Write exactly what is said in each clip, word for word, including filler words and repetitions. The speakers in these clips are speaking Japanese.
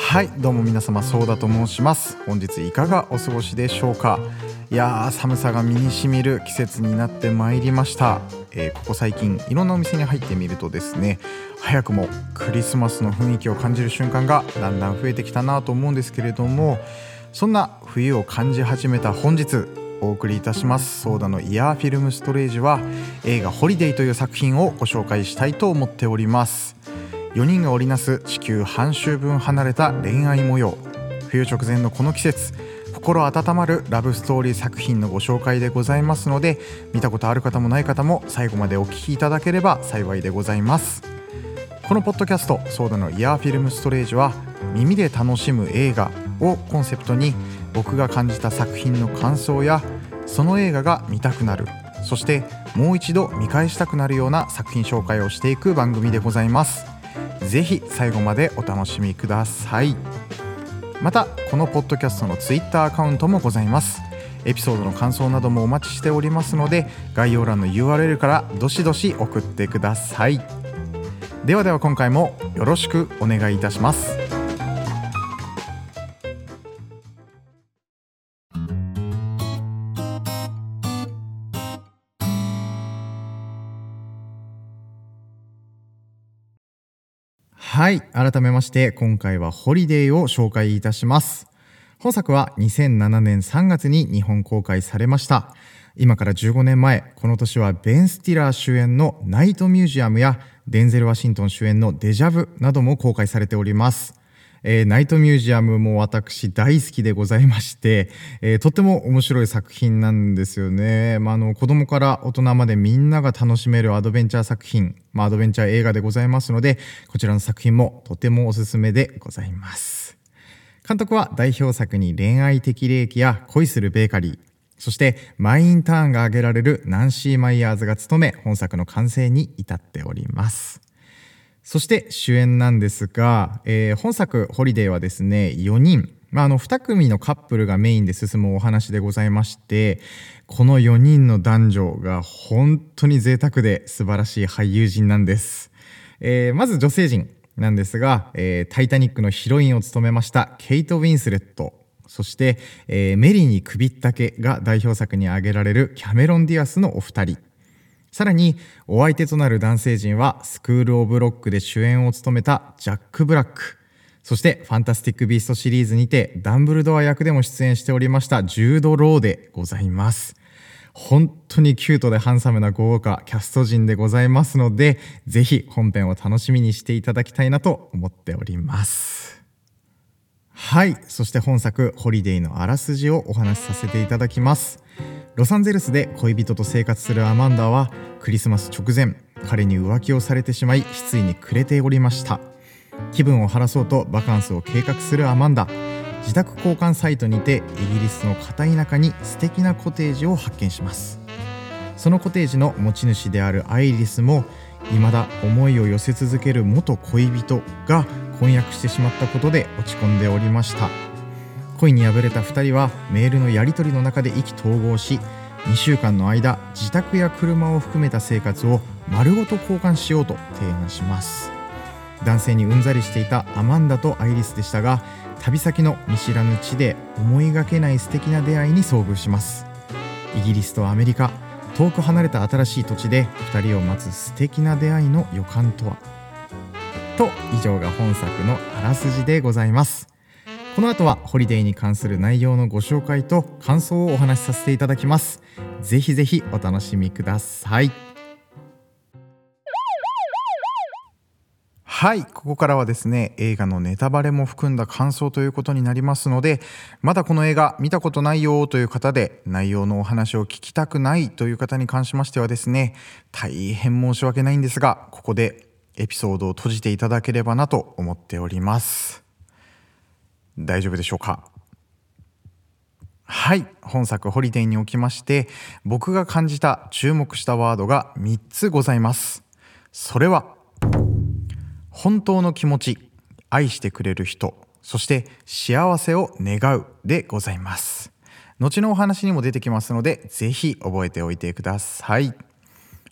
はい、どうも皆様、そうだと申します。本日いかがお過ごしでしょうか。いやー、寒さが身にしみる季節になってまいりました。えー、ここ最近いろんなお店に入ってみるとですね、早くもクリスマスの雰囲気を感じる瞬間がだんだん増えてきたなと思うんですけれども、そんな冬を感じ始めた本日お送りいたしますソーダのイヤーフィルムストレージは、映画ホリデーという作品をご紹介したいと思っております。よにんが織りなす地球半周分離れた恋愛模様、冬直前のこの季節、心温まるラブストーリー作品のご紹介でございますので、見たことある方もない方も最後までお聞きいただければ幸いでございます。このポッドキャストソーダのイヤーフィルムストレージは、耳で楽しむ映画をコンセプトに、僕が感じた作品の感想やその映画が見たくなる、そしてもう一度見返したくなるような作品紹介をしていく番組でございます。ぜひ最後までお楽しみください。またこのポッドキャストのツイッターアカウントもございます。エピソードの感想などもお待ちしておりますので、概要欄の ユーアールエル からどしどし送ってください。ではでは今回もよろしくお願いいたします。はい、改めまして今回はホリデーを紹介いたします。本作はにせんななねんさんがつに日本公開されました。今からじゅうごねんまえ、この年はベン・スティラー主演のナイトミュージアムやデンゼル・ワシントン主演のデジャブなども公開されております。えー、ナイトミュージアムも私大好きでございまして、えー、とっても面白い作品なんですよね。まあ、あの子供から大人までみんなが楽しめるアドベンチャー作品、まあ、アドベンチャー映画でございますので、こちらの作品もとてもおすすめでございます。監督は代表作に恋愛的霊気や恋するベーカリー、そしてマイ・インターンが挙げられるナンシー・マイヤーズが務め、本作の完成に至っております。そして主演なんですが、えー、本作ホリデーはですね、よにん、まあ、あのに組のカップルがメインで進むお話でございまして、このよにんの男女が本当に贅沢で素晴らしい俳優陣なんです。えー、まず女性陣なんですが、えー、タイタニックのヒロインを務めましたケイト・ウィンスレット、そして、えー、メリに首ったけが代表作に挙げられるキャメロン・ディアスのお二人、さらにお相手となる男性陣はスクール・オブ・ロックで主演を務めたジャック・ブラック、そしてファンタスティック・ビーストシリーズにてダンブルドア役でも出演しておりましたジュード・ローでございます。本当にキュートでハンサムな豪華キャスト陣でございますので、ぜひ本編を楽しみにしていただきたいなと思っております。はい、そして本作ホリデーのあらすじをお話しさせていただきます。ロサンゼルスで恋人と生活するアマンダはクリスマス直前、彼に浮気をされてしまい失意に暮れておりました。気分を晴らそうとバカンスを計画するアマンダ、自宅交換サイトにてイギリスの片田舎に素敵なコテージを発見します。そのコテージの持ち主であるアイリスも、未だ思いを寄せ続ける元恋人が婚約してしまったことで落ち込んでおりました。恋に破れたふたりはメールのやり取りの中で意気投合し、にしゅうかんの間自宅や車を含めた生活を丸ごと交換しようと提案します。男性にうんざりしていたアマンダとアイリスでしたが、旅先の見知らぬ地で思いがけない素敵な出会いに遭遇します。イギリスとアメリカ、遠く離れた新しい土地でふたりを待つ素敵な出会いの予感とは。と以上が本作のあらすじでございます。この後はホリデーに関する内容のご紹介と感想をお話しさせていただきます。ぜひぜひお楽しみください。はい、ここからはですね、映画のネタバレも含んだ感想ということになりますので、まだこの映画見たことないよという方で、内容のお話を聞きたくないという方に関しましてはですね、大変申し訳ないんですが、ここでエピソードを閉じていただければなと思っております。大丈夫でしょうか。はい、本作ホリデーにおきまして僕が感じた注目したワードがみっつございます。それは本当の気持ち、愛してくれる人、そして幸せを願うでございます。後のお話にも出てきますので、ぜひ覚えておいてください。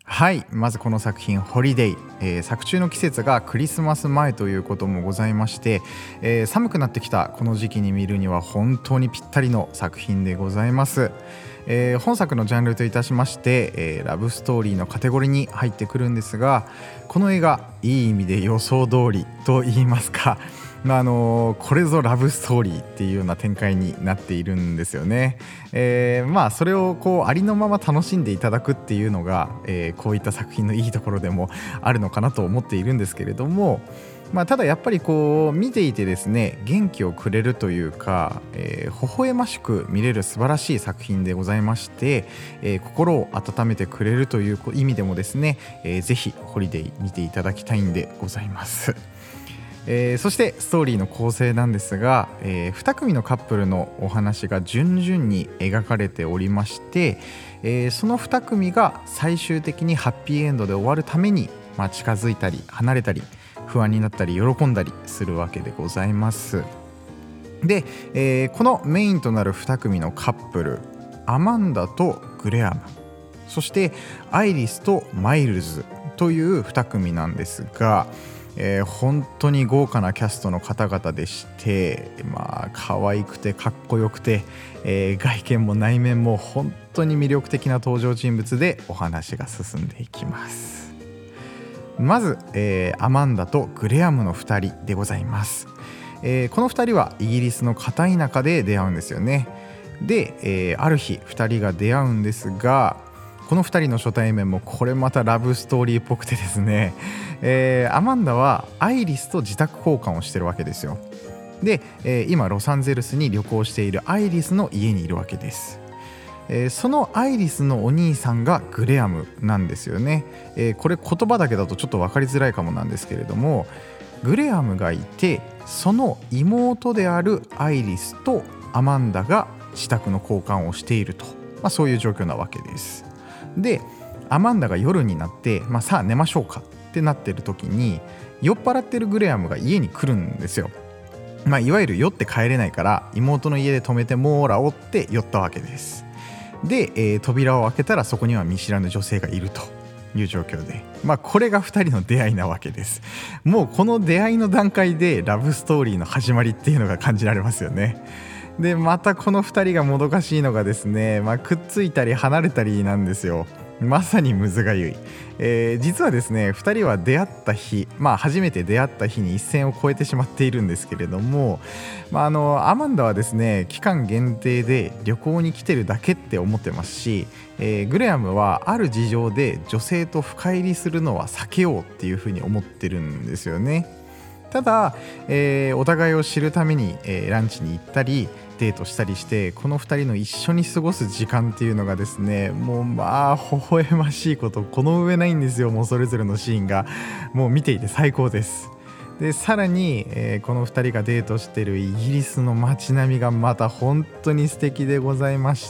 はい、まずこの作品ホリデイ、えー作中の季節がクリスマス前ということもございまして、えー寒くなってきたこの時期に見るには本当にぴったりの作品でございます。えー本作のジャンルといたしまして、えーラブストーリーのカテゴリーに入ってくるんですが、この映画いい意味で予想通りと言いますか、まああのーこれぞラブストーリーっていうような展開になっているんですよね。えーまあそれをこうありのまま楽しんでいただくっていうのが、えーこういった作品のいいところでもあるのかなと思っているんですけれども、まあ、ただやっぱりこう見ていてですね、元気をくれるというか、えー微笑ましく見れる素晴らしい作品でございまして、えー心を温めてくれるという意味でもですね、えーぜひホリデー見ていただきたいんでございます。えーそしてストーリーの構成なんですが、えに組のカップルのお話が順々に描かれておりまして、えーそのに組が最終的にハッピーエンドで終わるために、まあ、近づいたり離れたり不安になったり喜んだりするわけでございます。で、えーこのメインとなるに組のカップル、アマンダとグレアム、そしてアイリスとマイルズというに組なんですが、えー本当に豪華なキャストの方々でして、まあ可愛くてかっこよくて、えー外見も内面も本当に魅力的な登場人物でお話が進んでいきます。まず、えーアマンダとグレアムのふたりでございます。えーこのふたりはイギリスの片田舎で出会うんですよね。で、えーある日ふたりが出会うんですが、このふたりの初対面もこれまたラブストーリーっぽくてですね、えーアマンダはアイリスと自宅交換をしてるわけですよ。で、えー今ロサンゼルスに旅行しているアイリスの家にいるわけです。えーそのアイリスのお兄さんがグレアムなんですよね。えーこれ言葉だけだとちょっと分かりづらいかもなんですけれども、グレアムがいて、その妹であるアイリスとアマンダが自宅の交換をしていると、まあ、そういう状況なわけです。で、アマンダが夜になって、まあ、さあ寝ましょうかってなってる時に、酔っ払ってるグレアムが家に来るんですよ。まあ、いわゆる酔って帰れないから妹の家で泊めてもらおうって酔ったわけです。で、えー扉を開けたらそこには見知らぬ女性がいるという状況で、まあこれがふたりの出会いなわけです。もうこの出会いの段階でラブストーリーの始まりっていうのが感じられますよね。でまたこのふたりがもどかしいのがですね、まあ、くっついたり離れたりなんですよ。まさにむずがゆい、えー実はですねふたりは出会った日、まあ初めて出会った日に一線を越えてしまっているんですけれども、まあ、あのアマンダはですね期間限定で旅行に来てるだけって思ってますし、えーグレアムはある事情で女性と深入りするのは避けようっていうふうに思ってるんですよね。ただ、えーお互いを知るために、えーランチに行ったりデートしたりして、このふたりの一緒に過ごす時間っていうのがですね、もうまあ微笑ましいことこの上ないんですよ。もうそれぞれのシーンがもう見ていて最高です。でさらに、えーこのふたりがデートしてるイギリスの街並みがまた本当に素敵でございまして、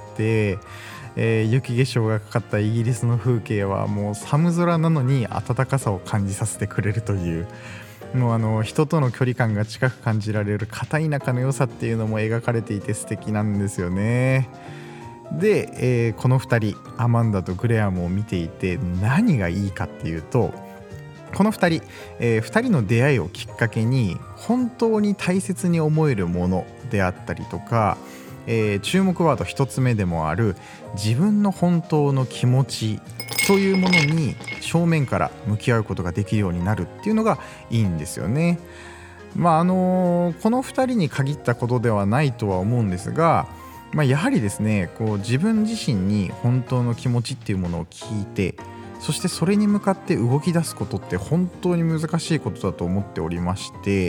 えー雪化粧がかかったイギリスの風景はもう寒空なのに暖かさを感じさせてくれるという、もうあの人との距離感が近く感じられる片田舎の良さっていうのも描かれていて素敵なんですよね。で、えーこのふたりアマンダとグレアムを見ていて何がいいかっていうと、このふたり、えー、ふたりの出会いをきっかけに本当に大切に思えるものであったりとか、えー注目ワードひとつめでもある自分の本当の気持ちというものに正面から向き合うことができるようになるっていうのがいいんですよね。まああのーこのふたりに限ったことではないとは思うんですが、まあ、やはりですねこう自分自身に本当の気持ちっていうものを聞いて、そしてそれに向かって動き出すことって本当に難しいことだと思っておりまして、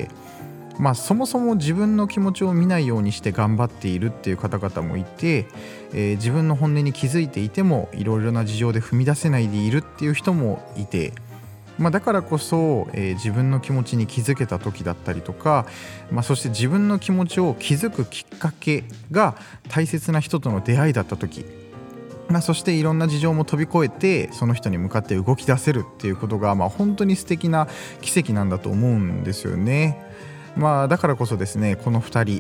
まあ、そもそも自分の気持ちを見ないようにして頑張っているっていう方々もいて、えー自分の本音に気づいていてもいろいろな事情で踏み出せないでいるっていう人もいて、まあ、だからこそ、えー自分の気持ちに気づけた時だったりとか、まあ、そして自分の気持ちを気づくきっかけが大切な人との出会いだった時、まあ、そしていろんな事情も飛び越えてその人に向かって動き出せるっていうことが、まあ、本当に素敵な奇跡なんだと思うんですよね。まあ、だからこそですねこのふたり、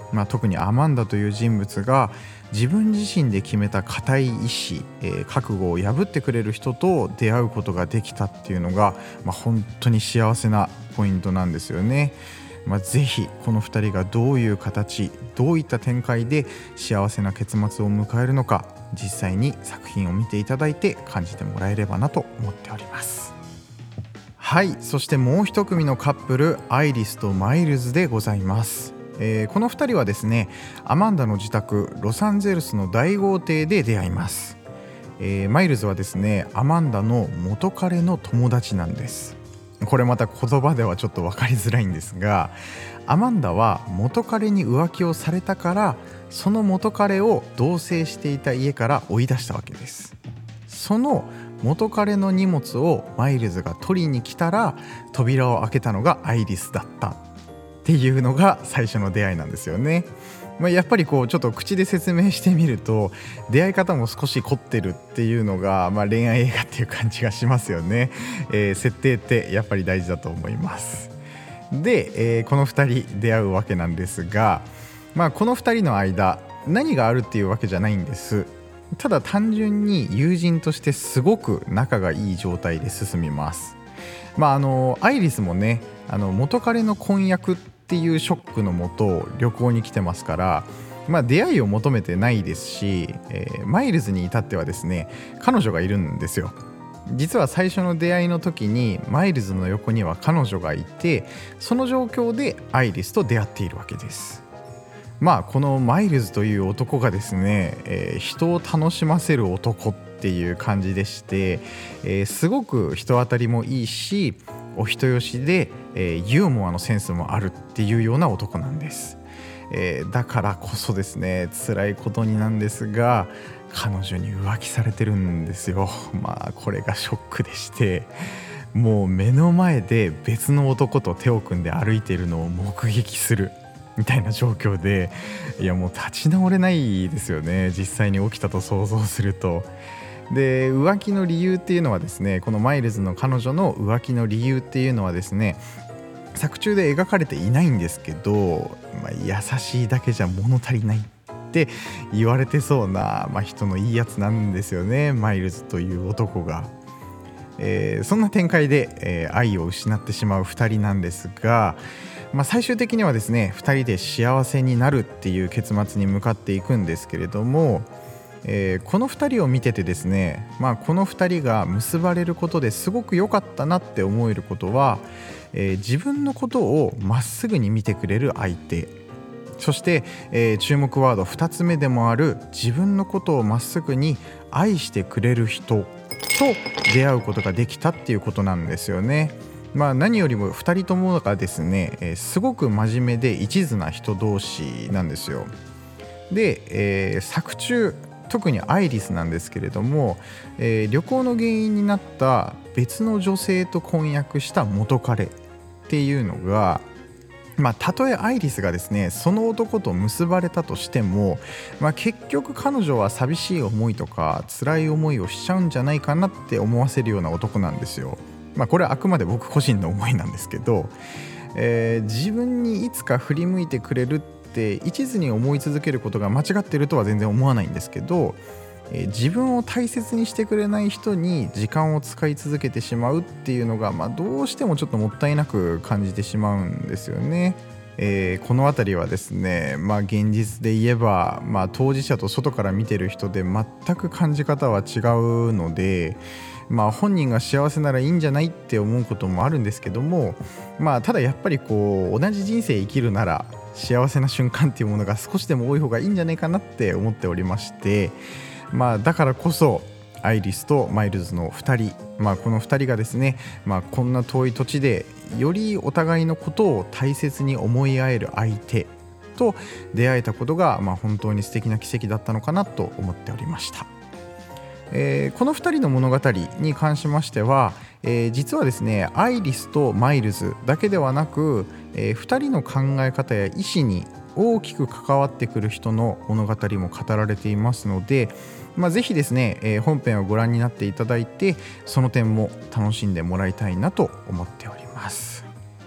まあ、特にアマンダという人物が自分自身で決めた固い意志、えー、覚悟を破ってくれる人と出会うことができたっていうのが、まあ、本当に幸せなポイントなんですよね。まあ、ぜひこのふたりがどういう形、どういった展開で幸せな結末を迎えるのか、実際に作品を見ていただいて感じてもらえればなと思っております。はい、そしてもう一組のカップル、アイリスとマイルズでございます。えー、このふたりはですね、アマンダの自宅ロサンゼルスの大豪邸で出会います。えー、マイルズはですね、アマンダの元彼の友達なんです。これまた言葉ではちょっと分かりづらいんですが、アマンダは元彼に浮気をされたから、その元彼を同棲していた家から追い出したわけです。その元彼の荷物をマイルズが取りに来たら、扉を開けたのがアイリスだったっていうのが最初の出会いなんですよね。まあ、やっぱりこうちょっと口で説明してみると、出会い方も少し凝ってるっていうのが、まあ、恋愛映画っていう感じがしますよね。えー、設定ってやっぱり大事だと思います。で、えー、このふたり出会うわけなんですが、まあ、このふたりの間何があるっていうわけじゃないんです。ただ単純に友人としてすごく仲がいい状態で進みます。まあ、あのアイリスもね、あの元彼の婚約っていうショックのもと旅行に来てますから、まあ、出会いを求めてないですし、えー、マイルズに至ってはですね、彼女がいるんですよ。実は最初の出会いの時にマイルズの横には彼女がいて、その状況でアイリスと出会っているわけです。まあこのマイルズという男がですね、えー、人を楽しませる男っていう感じでして、えー、すごく人当たりもいいし、お人よしで、えー、ユーモアのセンスもあるっていうような男なんです。えー、だからこそですね、辛いことになんですが、彼女に浮気されてるんですよ。まあこれがショックでして、もう目の前で別の男と手を組んで歩いているのを目撃するみたいな状況で、いやもう立ち直れないですよね、実際に起きたと想像すると。で、浮気の理由っていうのはですね、このマイルズの彼女の浮気の理由っていうのはですね、作中で描かれていないんですけど、まあ、優しいだけじゃ物足りないって言われてそうな、まあ、人のいいやつなんですよね、マイルズという男が。えー、そんな展開で、えー、愛を失ってしまうふたりなんですが、まあ、最終的にはですね、ふたりで幸せになるっていう結末に向かっていくんですけれども、えー、このふたりを見ててですね、まあ、このふたりが結ばれることですごく良かったなって思えることは、えー、自分のことをまっすぐに見てくれる相手、そして、えー、注目ワードふたつめでもある自分のことをまっすぐに愛してくれる人と出会うことができたっていうことなんですよね。まあ、何よりもふたりともがですね、えー、すごく真面目で一途な人同士なんですよ。で、えー、作中特にアイリスなんですけれども、えー、旅行の原因になった別の女性と婚約した元彼っていうのが、まあ、たとえアイリスがですねその男と結ばれたとしても、まあ、結局彼女は寂しい思いとか辛い思いをしちゃうんじゃないかなって思わせるような男なんですよ。まあ、これはあくまで僕個人の思いなんですけど、えー、自分にいつか振り向いてくれるって一途に思い続けることが間違ってるとは全然思わないんですけど、えー、自分を大切にしてくれない人に時間を使い続けてしまうっていうのが、まあ、どうしてもちょっともったいなく感じてしまうんですよね。えー、この辺りはですね、まあ、現実で言えば、まあ、当事者と外から見てる人で全く感じ方は違うので、まあ、本人が幸せならいいんじゃないって思うこともあるんですけども、まあ、ただやっぱりこう同じ人生生きるなら幸せな瞬間っていうものが少しでも多い方がいいんじゃないかなって思っておりまして、まあ、だからこそアイリスとマイルズのふたり、まあ、このふたりがですね、まあ、こんな遠い土地でよりお互いのことを大切に思い合える相手と出会えたことが、まあ、本当に素敵な奇跡だったのかなと思っておりました。えー、このふたりの物語に関しましては、えー、実はですねアイリスとマイルズだけではなく、えー、ふたりの考え方や意思に大きく関わってくる人の物語も語られていますので、まあ、ぜひですね、えー、本編をご覧になっていただいてその点も楽しんでもらいたいなと思っております。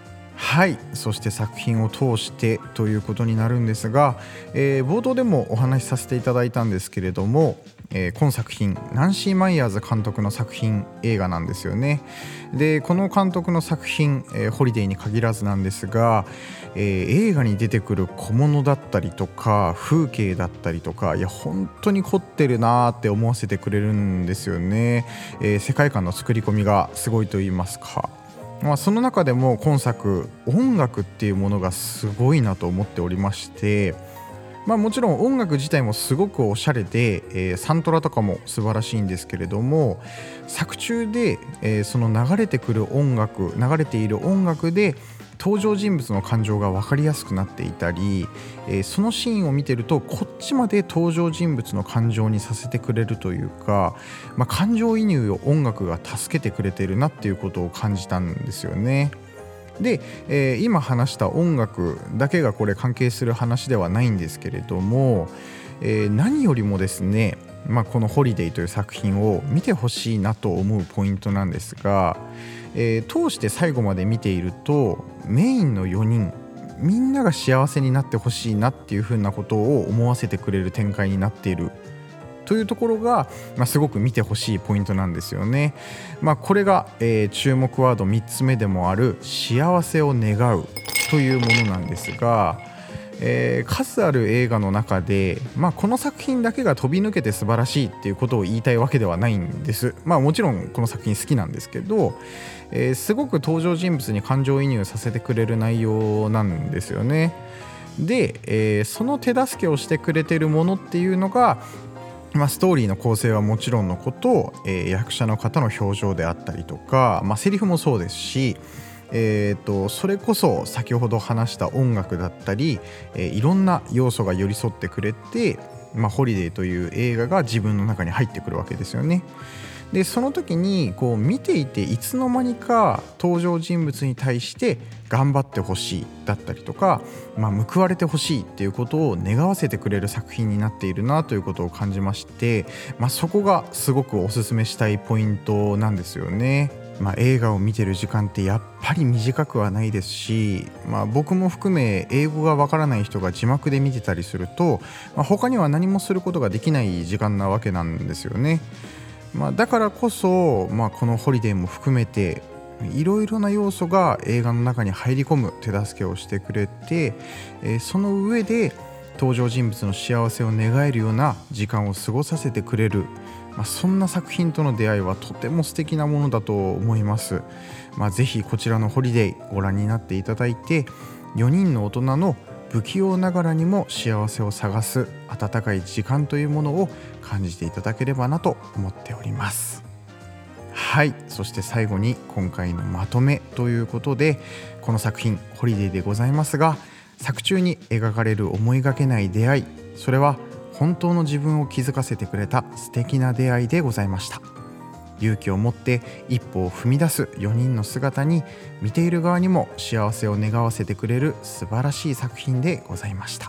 はい、そして作品を通してということになるんですが、えー冒頭でもお話しさせていただいたんですけれども、えー今作品ナンシー・マイヤーズ監督の作品映画なんですよね。でこの監督の作品、えーホリデーに限らずなんですが、えー映画に出てくる小物だったりとか風景だったりとか、いや本当に凝ってるなーって思わせてくれるんですよね。えー世界観の作り込みがすごいと言いますか、まあ、その中でも今作音楽っていうものがすごいなと思っておりまして、まあ、もちろん音楽自体もすごくおしゃれで、えーサントラとかも素晴らしいんですけれども、作中で、えーその流れてくる音楽流れている音楽で登場人物の感情が分かりやすくなっていたり、えーそのシーンを見てるとこっちまで登場人物の感情にさせてくれるというか、まあ、感情移入を音楽が助けてくれてるなっていうことを感じたんですよね。で、えー今話した音楽だけがこれ関係する話ではないんですけれども、えー何よりもですね、まあ、この「ホリデー」という作品を見てほしいなと思うポイントなんですが、えー通して最後まで見ているとメインのよにんみんなが幸せになってほしいなっていう風なことを思わせてくれる展開になっているというところが、まあ、すごく見てほしいポイントなんですよね。まあ、これが、えー注目ワードみっつめでもある幸せを願うというものなんですが、えー数ある映画の中で、まあ、この作品だけが飛び抜けて素晴らしいっていうことを言いたいわけではないんです。まあ、もちろんこの作品好きなんですけど、えーすごく登場人物に感情移入させてくれる内容なんですよね。で、えーその手助けをしてくれてるものっていうのが、まあ、ストーリーの構成はもちろんのこと、えー役者の方の表情であったりとか、まあ、セリフもそうですし、えーとそれこそ先ほど話した音楽だったり、えーいろんな要素が寄り添ってくれて、まあ、ホリデーという映画が自分の中に入ってくるわけですよね。でその時にこう見ていていつの間にか登場人物に対して頑張ってほしいだったりとか、まあ、報われてほしいっていうことを願わせてくれる作品になっているなということを感じまして、まあ、そこがすごくおすすめしたいポイントなんですよね。まあ、映画を見てる時間ってやっぱり短くはないですし、まあ、僕も含め英語がわからない人が字幕で見てたりすると、まあ、他には何もすることができない時間なわけなんですよね。まあ、だからこそ、まあ、このホリデーも含めていろいろな要素が映画の中に入り込む手助けをしてくれて、えーその上で登場人物の幸せを願えるような時間を過ごさせてくれる、まあ、そんな作品との出会いはとても素敵なものだと思います。まあ、ぜひこちらのホリデーご覧になっていただいて、よにんの大人の不器用ながらにも幸せを探す温かい時間というものを感じていただければなと思っております。はい、そして最後に今回のまとめということで、この作品ホリデーでございますが、作中に描かれる思いがけない出会い、それは本当の自分を気づかせてくれた素敵な出会いでございました。勇気を持って一歩を踏み出すよにんの姿に、見ている側にも幸せを願わせてくれる素晴らしい作品でございました。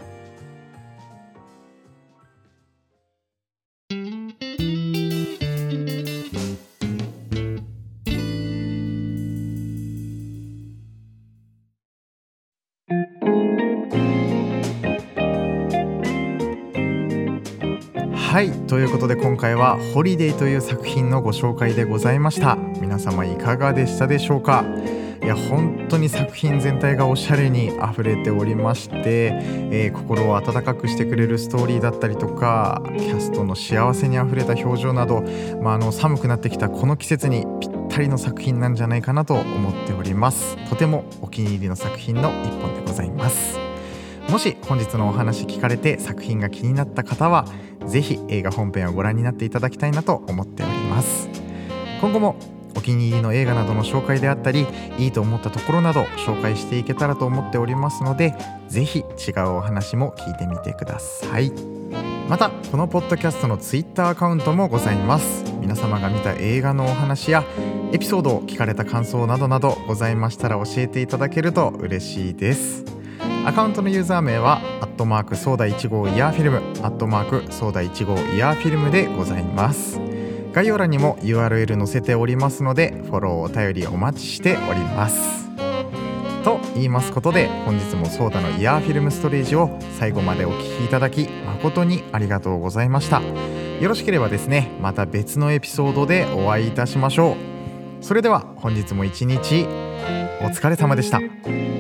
はい、ということで今回はホリデーという作品のご紹介でございました。皆様いかがでしたでしょうか。いや本当に作品全体がおしゃれにあふれておりまして、えー心を温かくしてくれるストーリーだったりとか、キャストの幸せにあふれた表情など、まあ、あの寒くなってきたこの季節にぴったりの作品なんじゃないかなと思っております。とてもお気に入りの作品の一本でございます。もし本日のお話聞かれて作品が気になった方は、ぜひ映画本編をご覧になっていただきたいなと思っております。今後もお気に入りの映画などの紹介であったり、いいと思ったところなど紹介していけたらと思っておりますので、ぜひ違うお話も聞いてみてください。またこのポッドキャストのツイッターアカウントもございます。皆様が見た映画のお話やエピソードを聞かれた感想などなどございましたら教えていただけると嬉しいです。アカウントのユーザー名はアットマークソーダいちごイヤーフィルムアットマークソーダいちごイヤーフィルムでございます。概要欄にも ユーアールエル 載せておりますので、フォローお便りお待ちしております。 と言いますことで、本日もソーダのイヤーフィルムストレージを最後までお聞きいただき誠にありがとうございました。よろしければですね、また別のエピソードでお会いいたしましょう。それでは本日も一日お疲れ様でした。